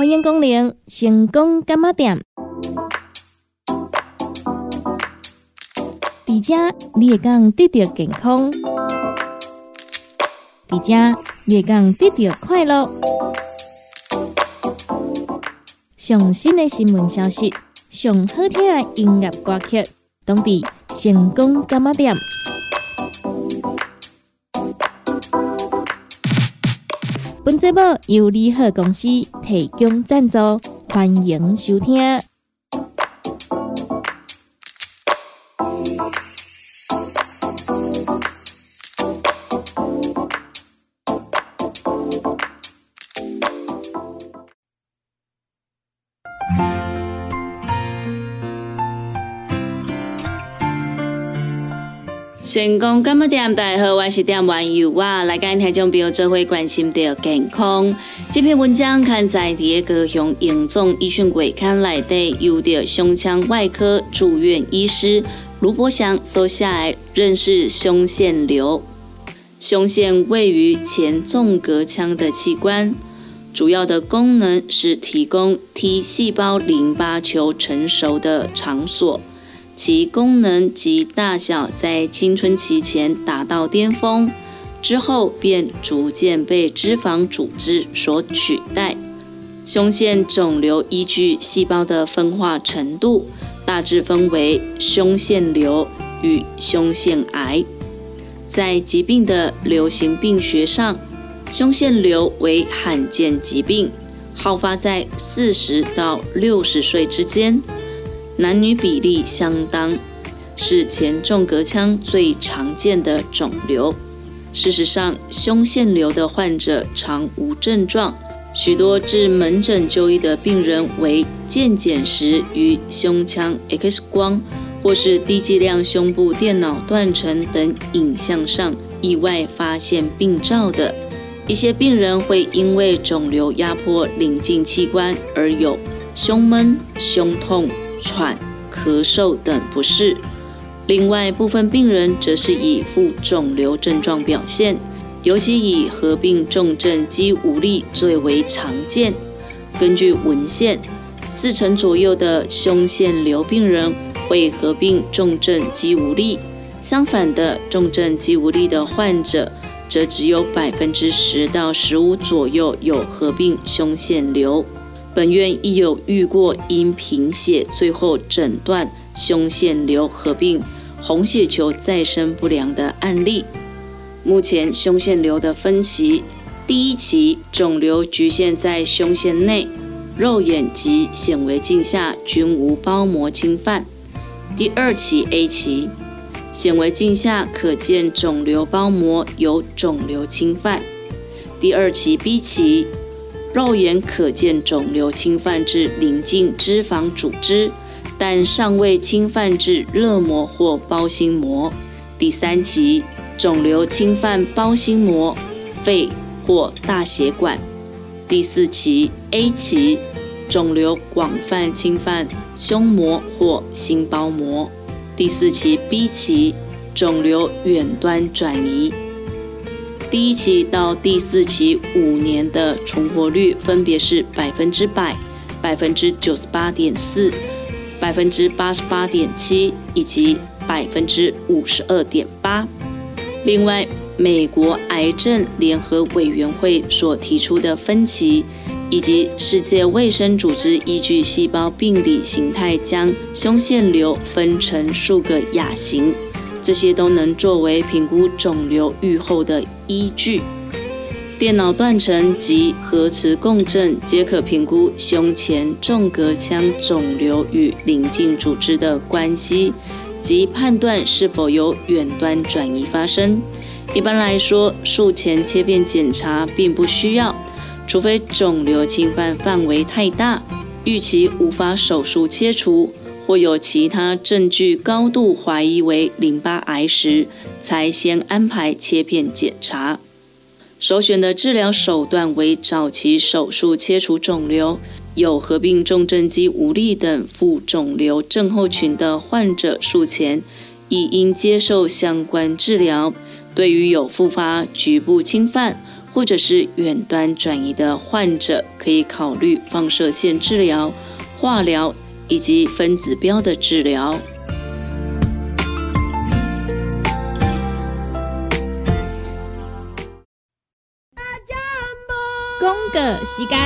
欢迎光临成功柑仔店。伫这你会讲得到健康，伫这你会讲得到快乐。上新的新闻消息，上好听的音乐歌曲，拢伫成功柑仔店。本节目由利好公司提供赞助，欢迎收听。 成功柑仔店，大家好，我是店员尤娃，来跟听众朋友做伙关心到健康。这篇文章刊载伫高雄荣总医讯月刊内底，由着胸腔外科住院医师卢伯祥所写的认识胸腺瘤。胸腺位于前纵隔腔的器官，主要的功能是提供 T 细胞淋巴球成熟的场所。其功能及大小在青春期前达到巅峰，之后便逐渐被脂肪组织所取代。胸腺肿瘤依据细胞的分化程度，大致分为胸腺瘤与胸腺癌。在疾病的流行病学上，胸腺瘤为罕见疾病，好发在40到60岁之间。男女比例相当，是前纵隔腔最常见的肿瘤。事实上，胸腺瘤的患者常无症状，许多至门诊就医的病人为健检时于胸腔 X 光或是低剂量胸部电脑断层等影像上意外发现病灶的。一些病人会因为肿瘤压迫邻近器官而有胸闷、胸痛、喘、咳嗽等不适。另外部分病人则是以副肿瘤症状表现，尤其以合并重症肌无力最为常见。根据文献，40%左右的胸腺瘤病人会合并重症肌无力，相反的，重症肌无力的患者则只有10%到15%左右有合并胸腺瘤。本院亦有遇过因贫血最后诊断胸腺瘤合并红血球再生不良的案例。目前胸腺瘤的分期，第一期肿瘤局限在胸腺内，肉眼及显微镜下均无包膜侵犯。第二期 A 期，显微镜下可见肿瘤包膜有肿瘤侵犯。第二期 B 期，肉眼可见肿瘤侵犯至邻近脂肪组织，但尚未侵犯至肋膜或包心膜。第三期，肿瘤侵犯包心膜、肺或大血管。第四期 A 期，肿瘤广泛侵犯胸膜或心包膜。第四期 B 期，肿瘤远端转移。第一期到第四期5年的存活率分别是100%、98.4%、88.7%以及52.8%。另外，美国癌症联合委员会所提出的分期，以及世界卫生组织依据细胞病理形态将胸腺瘤分成数个亚型，这些都能作为评估肿瘤预后的依据。电脑断层及核磁共振皆可评估胸前纵隔腔肿瘤与邻近组织的关系，及判断是否有远端转移发生。一般来说，术前切片检查并不需要，除非肿瘤侵犯范围太大，预期无法手术切除，或有其他证据高度怀疑为淋巴癌时，才先安排切片检查。首选的治疗手段为早期手术切除肿瘤，有合并重症肌无力等副肿瘤症候群的患者术前亦应接受相关治疗。对于有复发局部侵犯或者是远端转移的患者，可以考虑放射线治疗、化疗以及分子标的治疗。 公个时间。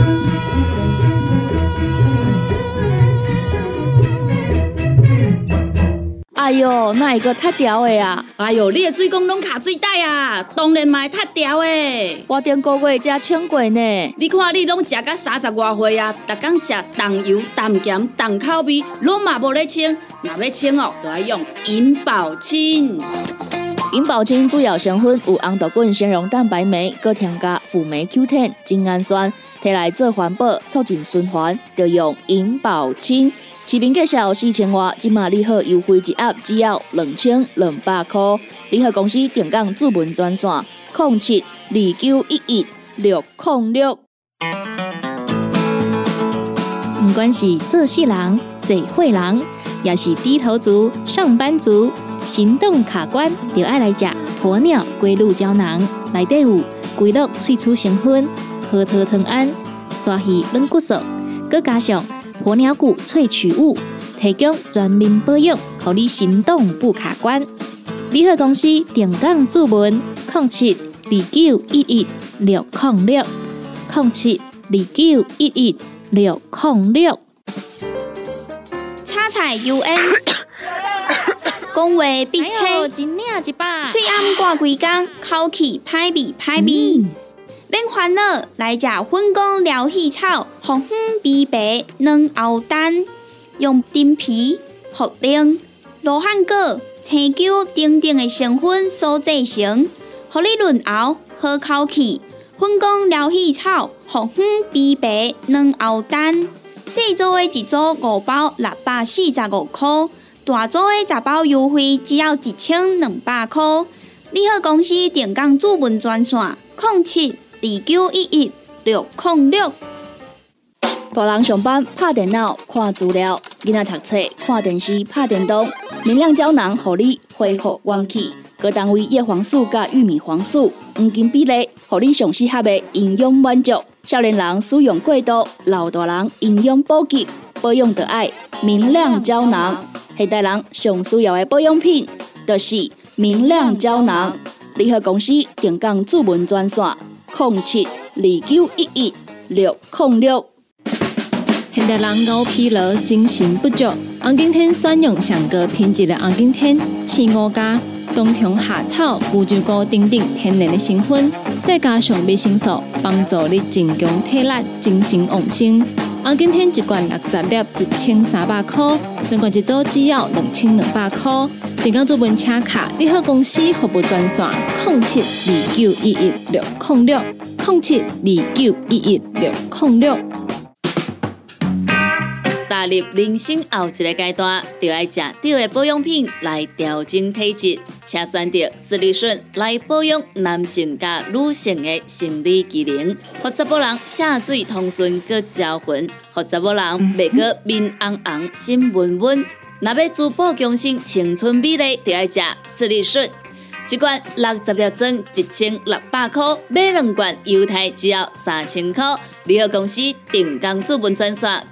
哎哟，哪一个太屌的啊？ 哎哟，你的水管拢卡水袋啊，当然嘛太屌的。 我顶个月才称过呢。 你看你拢食到30外岁啊，逐工食重油、重咸、重口味，拢嘛无咧称。若要称哦，就要用银保清。 银保清主要成分有红豆滚、纤溶蛋白酶，搁添加辅酶 Q10、精氨酸，摕来做环保、促进循环，就用银保清。市面价小4000外，今马利好优惠一盒只要2200块。利好公司定岗主文专线0729116006。不管是做事人、做伙人，也是低头族、上班族，行动卡关，就爱来吃鸵鸟龟鹿胶囊。内底有龟鹿萃取成分、核桃藤胺、鲨鱼软骨素，搁加上鸵鸟骨萃取物，提供全面保养，让你行动不卡关。利好公司定岗主文0721116006，0721116006。 叉菜 UN 讲话必切，嘴暗挂规工，口气歹味歹味。免烦恼，来食粉公疗气草，红粉枇杷软喉丹，用陈皮、茯苓、罗汉果、青椒等等的成分所制成，互你润喉好口气。粉公疗气草，红粉枇杷软喉丹，细组的一组5包645块，大组的10包优惠只要1200块。利好公司定岗主文专线0729116006。 大人上班拍电脑看资料，囡仔读册看电视拍电动，明亮胶囊互你恢复元气。各单位叶黄素甲玉米黄素黄金比例，互你上适合的营养满足。少年人使用过度，老大人营养补给，保养就爱明亮胶囊。现代人上需要的保养品，就是明亮胶囊。利好公司定岗主文专线0729116006。 现代人熬疲劳、精神不足，红景天选用上高品质的红景天刺五加冬虫夏草、乌鸡菇等等天然的成分，再加上维生素，帮助你增强体力、精神旺盛。红景天一罐60粒1300块，两罐一组只要2200块。定岗主文车卡，利好公司服务专线0729116006，0729116006。 踏入人生后一个阶段，就要食对的保养品来调整体质，请选择斯利顺来保养男性加女性的生理机能，让查某人下水通顺佮招魂，让查某人袂佮面红红心温温。若要珠宝强身、青春美丽，就要食斯利顺。一罐60粒装1600块，买2罐犹太只要3000块。利好公司定岗主文专线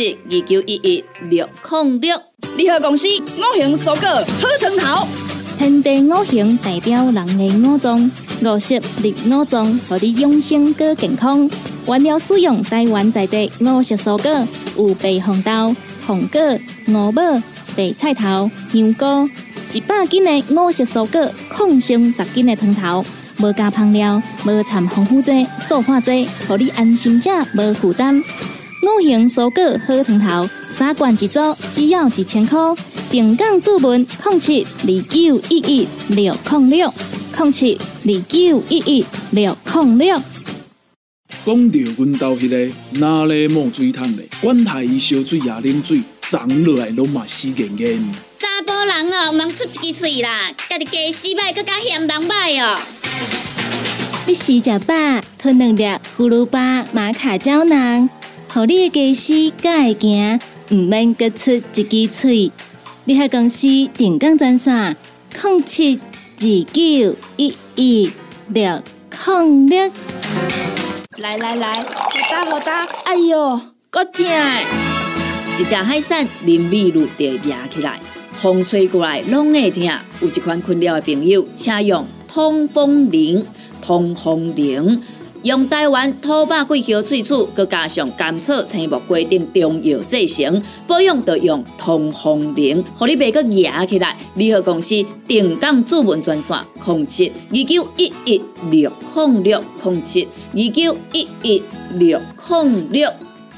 0729116006。 利好公司五行蔬果好汤头， 天地五行代表人的五脏，5色绿五脏，让你养生更健康。原料使用台湾在地5色蔬果，有白红豆、红果、五宝、白菜头、香菇。100斤的5色蔬果，控上10斤的汤头，无加香料，无掺防腐剂、塑化剂，让你安心吃，无负担。5行蔬果好汤头，3罐一组，只要1000块。定岗主文0729116006，0729116006。 讲到阮兜迄个哪里冒水桶嘞，管他伊烧水也啉水，长落来拢嘛死严严。 查甫人哦，毋通出一支喙啦，家己家洗歹，更加嫌人歹哦。 你时食饱，吞2粒葫芦巴玛卡胶囊，互你的家洗才会行，毋免各出一支喙。利好公司定岗专线0729116006。 抗力。 来，好大，哎哟，够痛！ 一只海扇林密路就压起来，风吹过来拢会痛。有一款困扰的朋友，请用通风铃。用台湾土白桂花萃取，佮加上甘草、青木规定中药制成，保养就用通风铃，互你袂佮压起来。联合公司定岗主文专线0721160607211606。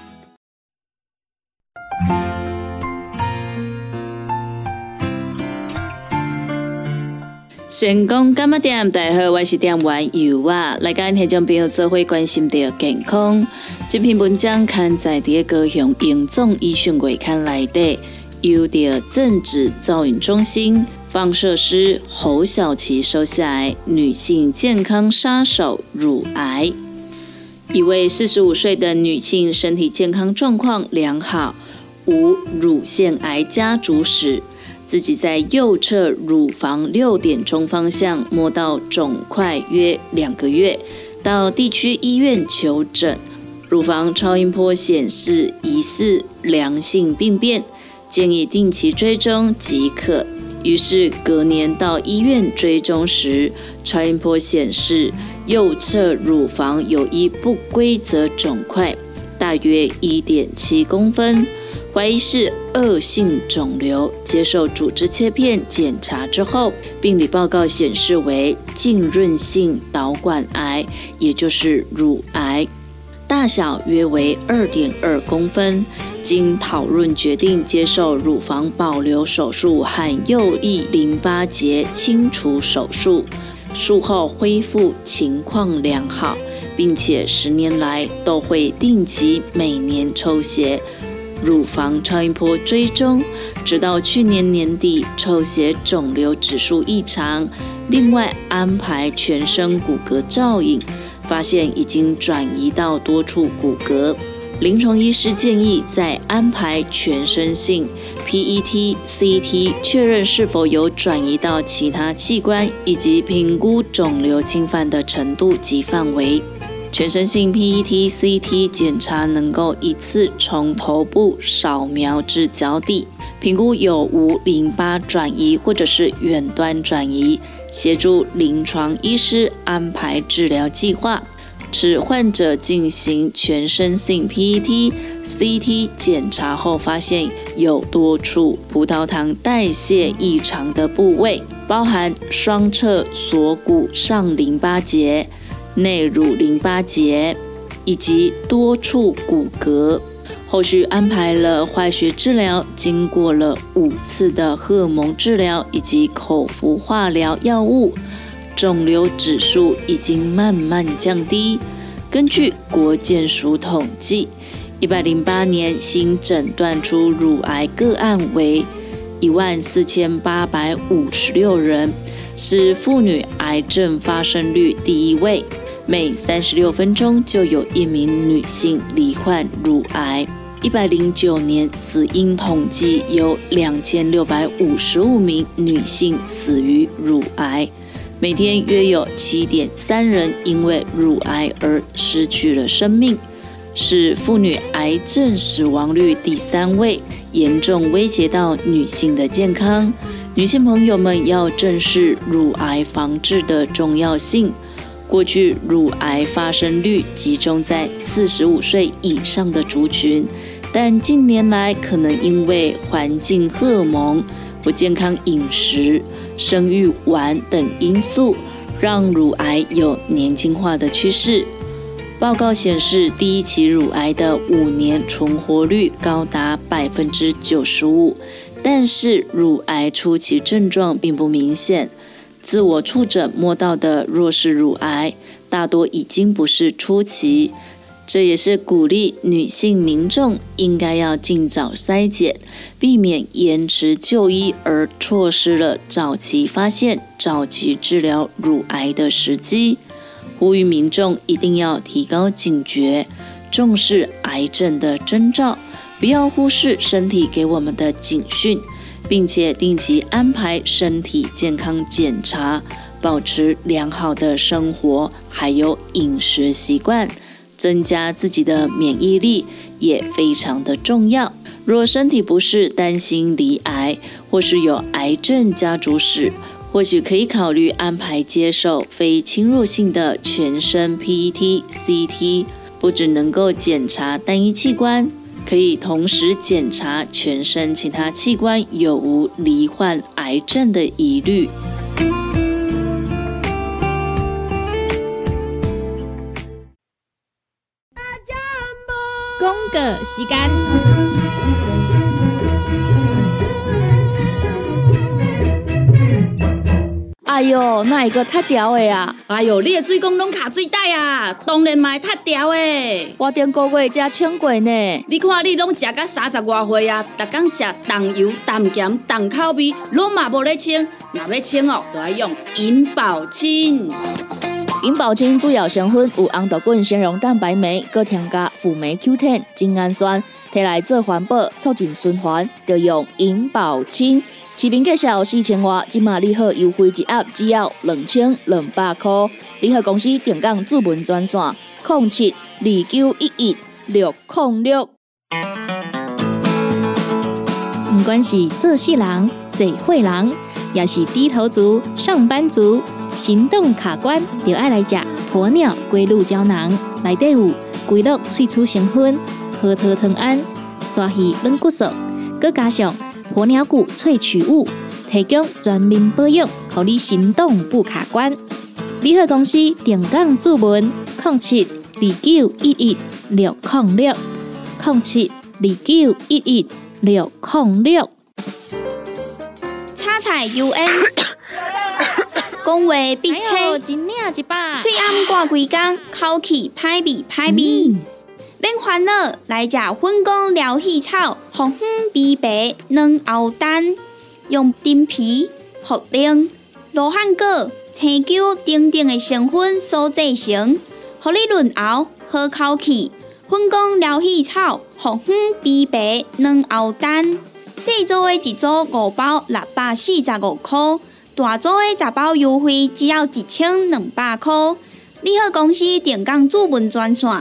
成功干嘛店？大家好，我是店员尤啊。来跟听众朋友做伙关心到健康。这篇文章刊载伫高雄荣总医讯月刊内底，由着政治造影中心放射师侯小琪收下来女性健康杀手乳癌。一位45岁的女性身体健康状况良好，无乳腺癌家族史。自己在右侧乳房6点钟方向摸到肿块约2个月，到地区医院求诊，乳房超音波显示疑似良性病变，建议定期追踪即可。于是隔年到医院追踪时，超音波显示右侧乳房有一不规则肿块，大约1.7公分。怀疑是恶性肿瘤，接受组织切片检查之后，病理报告显示为浸润性导管癌，也就是乳癌，大小约为2.2公分。经讨论决定接受乳房保留手术和右翼淋巴结清除手术，术后恢复情况良好，并且10年来都会定期每年抽血。乳房超音波追踪，直到去年年底抽血肿瘤指数异常，另外安排全身骨骼造影，发现已经转移到多处骨骼。临床医师建议再安排全身性 PET、CT， 确认是否有转移到其他器官，以及评估肿瘤侵犯的程度及范围。全身性 PET-CT 检查能够一次从头部扫描至脚底，评估有无淋巴转移或者是远端转移，协助临床医师安排治疗计划。使患者进行全身性 PET-CT 检查后，发现有多处葡萄糖代谢异常的部位，包含双侧锁骨上淋巴结、内乳淋巴结以及多处骨骼。后续安排了化学治疗，经过了5次的荷尔蒙治疗以及口服化疗药物，肿瘤指数已经慢慢降低。根据国健署统计，108年新诊断出乳癌个案为14856人，是妇女癌症发生率第1位。每36分钟就有1名女性罹患乳癌。109年死因统计有2655名女性死于乳癌，每天约有7.3人因为乳癌而失去了生命，是妇女癌症死亡率第3位，严重威胁到女性的健康。女性朋友们要正视乳癌防治的重要性。过去乳癌发生率集中在45岁以上的族群，但近年来可能因为环境荷尔蒙、不健康饮食、生育晚等因素，让乳癌有年轻化的趋势。报告显示，第1期乳癌的5年存活率高达 95%， 但是乳癌初期症状并不明显。自我触诊摸到的若是乳癌，大多已经不是初期，这也是鼓励女性民众应该要尽早筛检，避免延迟就医而错失了早期发现、早期治疗乳癌的时机。呼吁民众一定要提高警觉，重视癌症的征兆，不要忽视身体给我们的警讯，并且定期安排身体健康检查， 保持良好的生活，还有饮食习惯，增加自己的免疫力也非常的重要。若身体不适，担心罹癌或是有癌症家族史，或许可以考虑安排接受非侵入性的全身 PET-CT， 不只能够检查单一器官，可以同时检查全身其他器官有无罹患癌症的疑虑。 广告时间。 哎哟，哪一个踢条的啊？ 哎哟，你的水管拢卡水袋啊，当然嘛会踢条的。 我顶个月才称过呢。 你看你拢食到30外岁啊，逐工食重油、重咸、重口味，拢嘛无咧清。若要清哦，就要用银保清。 银保清主要成分有红豆滚纤溶蛋白酶，搁添加辅酶 Q10、精氨酸，摕来做环保、促进循环，就用银保清。市面价小4000外，今嘛利好优惠一盒只要2200块。利好公司定岗主文专线0729116006。 不管是做事人、做伙人，也是低头族、上班族，行动卡关，就爱来吃鸵鸟龟鹿胶囊。内底有龟鹿萃取成分，核桃藤胺、鲨鱼软骨素，佮加上鸵鸟骨萃取物，提供全面保养，让你行动不卡关。利好公司定岗主文0729116006，0729116006。 叉菜 UN， 讲话必切，嘴暗挂规工，口气歹味歹味。免烦恼，来食粉公疗气草，红粉枇杷软藕蛋，用丁皮、茯苓、罗汉果、青椒等等的成分所制成，互你润喉好口气。粉公疗气草，红粉枇杷软藕蛋，细组的一组5包645块，大组的10包优惠只要1200块。利好公司定岗主文专线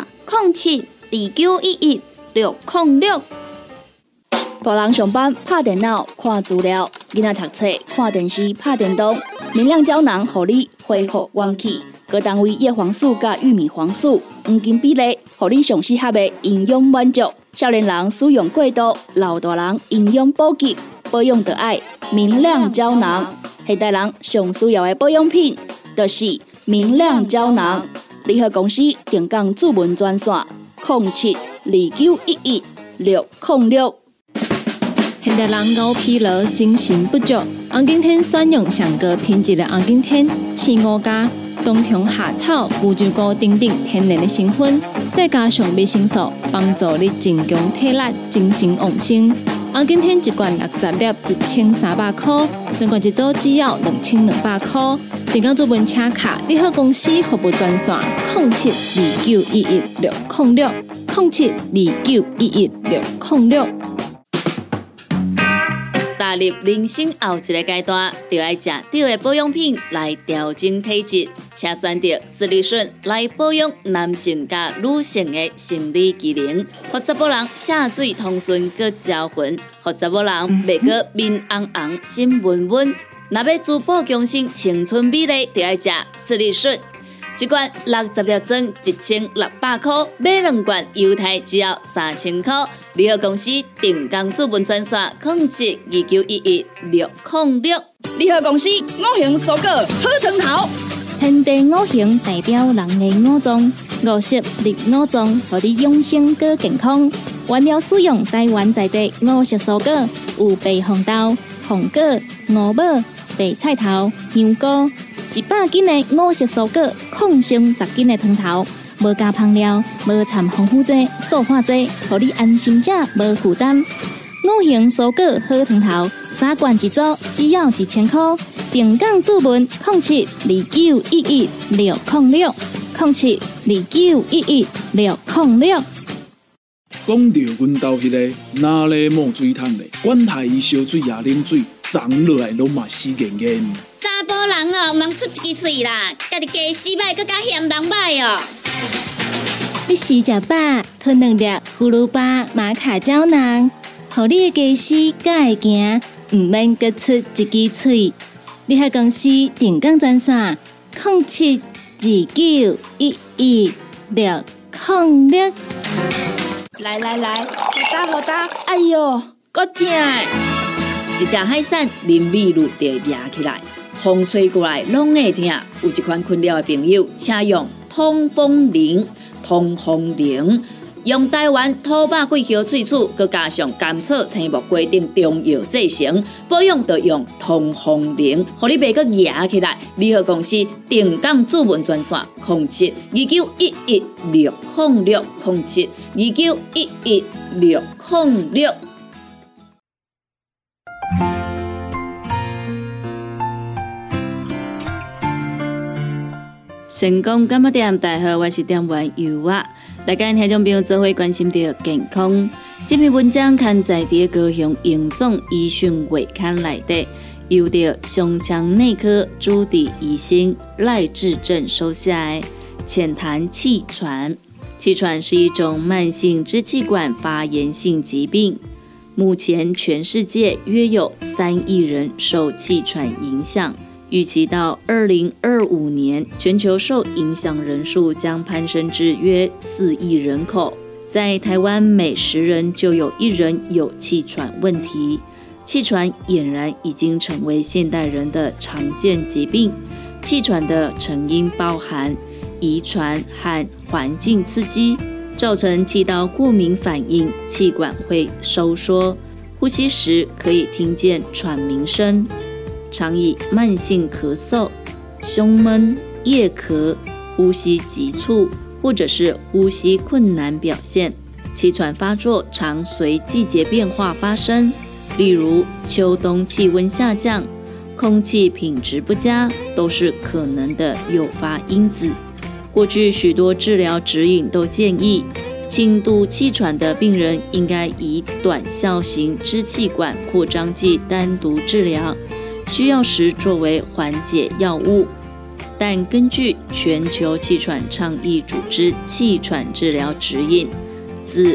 0729116006。 大人上班拍电脑看资料，囡仔读册看电视拍电动，明亮胶囊互你恢复元气。各单位叶黄素甲玉米黄素黄金比例，互你上适合的营养满足。少年人使用过度，老大人营养补给，保养就爱明亮胶囊。现代人上需要的保养品，就是明亮胶囊。利好公司定岗主文专线0729116006。 现代人熬疲劳、精神不足，红景天选用上个品质的红景天青乌加、冬虫夏草、乌鸡菇等等天然的成分，再加上维生素，帮助你增强体力、精神旺盛。红景天一罐60粒1300块，两罐一组只要2200块。定岗主文车卡，利好公司服务专线0729116006，0729116006。 踏入人生后一个阶段，就要食对的保养品来调整体质，请选择斯利顺来保养男性加女性的生理机能，让查某人下水通顺佮招魂，让查某人袂佮面红红心温温。若要珠宝强身、青春美丽，就要食斯利顺。一罐60粒装1600块，买2罐犹太只要3000块。利好公司定岗主文专线0729116006。 利好公司五行蔬果好汤头。 天地五行代表人的五脏，5色绿五脏，让你养生更健康。原料使用台湾在地5色蔬果，有白红豆、红果、五宝、白菜头、香菇。100斤的5色蔬果，控上10斤的汤头，无加香料，无掺防腐剂、塑化剂，让你安心吃，无负担。5行蔬果好汤头，3罐一组，只要1000块。定岗主文0729116006，0729116006。 讲到阮兜迄个哪里冒水桶的，管他伊烧水也冷水，长落来拢嘛死严严。 查甫好人哦，唔通出一支喙啦，家己家洗歹，更加嫌人歹哦。 你时食饱，吞2粒葫芦巴、玛卡胶囊，互你的家洗才会行，唔免各出一支喙。你喺公司定岗专线0729116606。 来，好打，哎哟，够痛！一只海扇林美露就抓起来，风吹过来拢会痛。有一款困扰的朋友，请用通风铃。用台湾土白桂花萃取，佮加上甘草、青木规定中药制成，保养就用通风铃，互你袂佮压起来。联合公司定岗主文专线07291160060729116006。 成功干么店，大家好，我是店员尤啊。来跟听众朋友做伙关心到健康。这篇文章刊载伫高雄荣总医讯月刊内底，由着胸腔内科朱迪医生赖志正收下来。浅谈气喘，气喘是一种慢性支气管发炎性疾病。目前全世界约有3亿人受气喘影响。预期到2025年，全球受影响人数将攀升至约4亿人口。在台湾，每10人就有1人有气喘问题。气喘俨然已经成为现代人的常见疾病。气喘的成因包含遗传和环境刺激，造成气道过敏反应，气管会收缩，呼吸时可以听见喘鸣声。常以慢性咳嗽、胸闷、夜咳、呼吸急促或者是呼吸困难表现。气喘发作常随季节变化发生，例如秋冬气温下降、空气品质不佳，都是可能的诱发因子。过去许多治疗指引都建议，轻度气喘的病人应该以短效型支气管扩张剂单独治疗，需要时作为缓解药物。但根据全球气喘倡议组织气喘治疗指引，自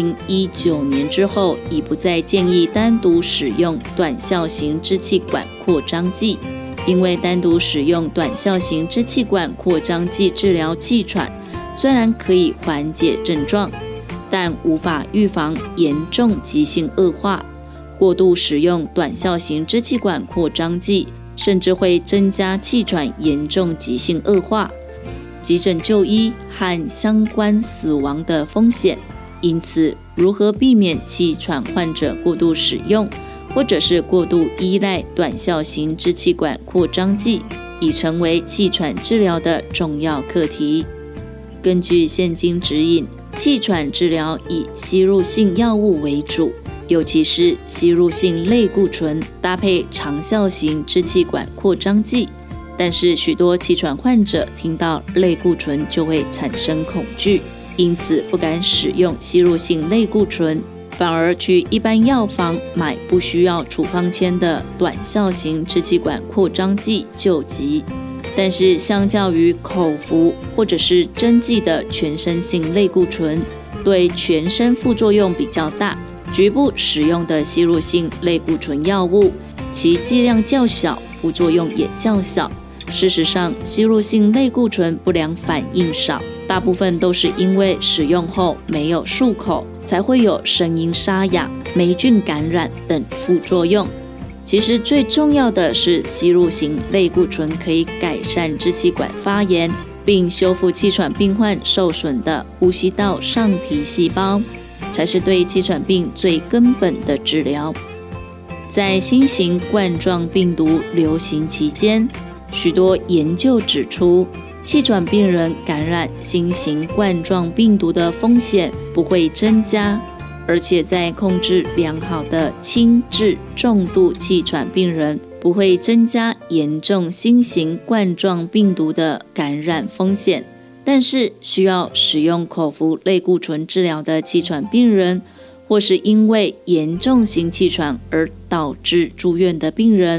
2019年之后，已不再建议单独使用短效型支气管扩张剂，因为单独使用短效型支气管扩张剂治疗气喘，虽然可以缓解症状，但无法预防严重急性恶化。过度使用短效型支气管扩张剂，甚至会增加气喘严重急性恶化、急诊就医和相关死亡的风险。因此，如何避免气喘患者过度使用，或者是过度依赖短效型支气管扩张剂，已成为气喘治疗的重要课题。根据现今指引，气喘治疗以吸入性药物为主，尤其是吸入性类固醇搭配长效型支气管扩张剂。但是许多气喘患者听到类固醇就会产生恐惧，因此不敢使用吸入性类固醇，反而去一般药房买不需要处方签的短效型支气管扩张剂救急。但是相较于口服或者是针剂的全身性类固醇，对全身副作用比较大。局部使用的吸入性类固醇药物，其剂量较小，副作用也较小。事实上，吸入性类固醇不良反应少，大部分都是因为使用后没有漱口，才会有声音沙哑、霉菌感染等副作用。其实最重要的是，吸入型类固醇可以改善支气管发炎，并修复气喘病患受损的呼吸道上皮细胞，才是对气喘病最根本的治疗。在新型冠状病毒流行期间，许多研究指出，气喘病人感染新型冠状病毒的风险不会增加，而且在控制良好的轻至重度气喘病人，不会增加严重新型冠状病毒的感染风险。但是需要使用口服类固醇治疗的气喘病人，或是因为严重型气喘而导致住院的病人，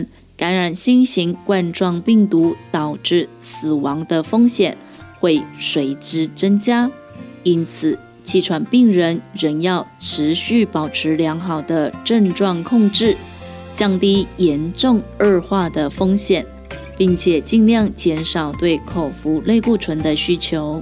感染新型冠状病毒导致死亡的风险会随之增加。因此，气喘病人仍要持续保持良好的症状控制，降低严重恶化的风险，并且尽量减少对口服类固醇的需求。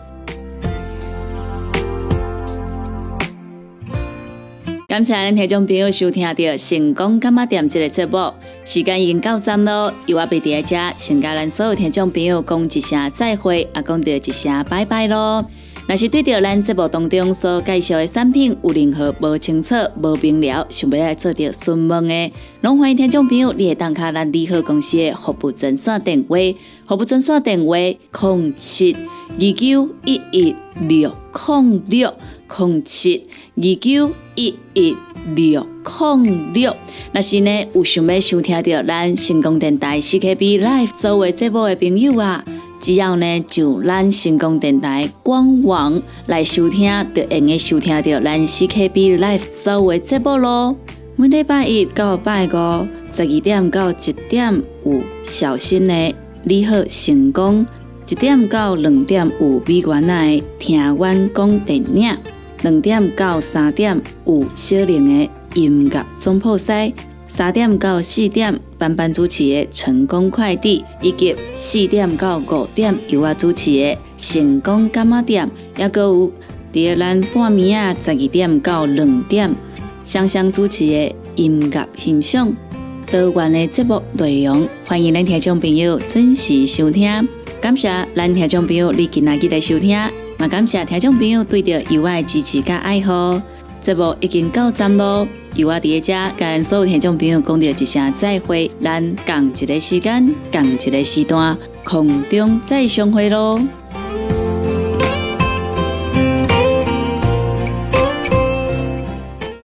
感谢咱听众朋友收听到成功干妈店这个节目，时间已经到站咯，由我贝伫遮，先甲咱所有听众朋友讲一声再会，也讲到一声拜拜咯。若是对着咱节目当中所介绍的产品有任何无清楚、无明了，想要来做着询问的，拢欢迎听众朋友你会打卡咱利好公司的服务专线电话，服务专线电话07-2911-60607-2911-606。若是呢有想要收听到咱成功电台 CKB Live 所有节目的朋友啊，只要呢就咱成功电台官网来收听，就会用收听到咱 CKB Live 所有的节目咯。每礼拜一到拜五12点到1点有小新的你好成功，1点到2点有美元的听阮讲电影，2点到3点有小玲的音乐总铺师，3点到4点班班主持的成功快递，以及4点到5点由我主持的成功干妈店，也还有伫咱半暝啊12点到2点双双主持的音乐欣赏。多元的节目内容，欢迎咱听众朋友准时收听。感谢咱听众朋友你今仔日的收听，也感谢听众朋友对着由我的支持甲爱好。节目已经到站咯，由我伫遮跟所有听众朋友讲着一声再会，咱共一个时间，共一个时段，空中再相会咯。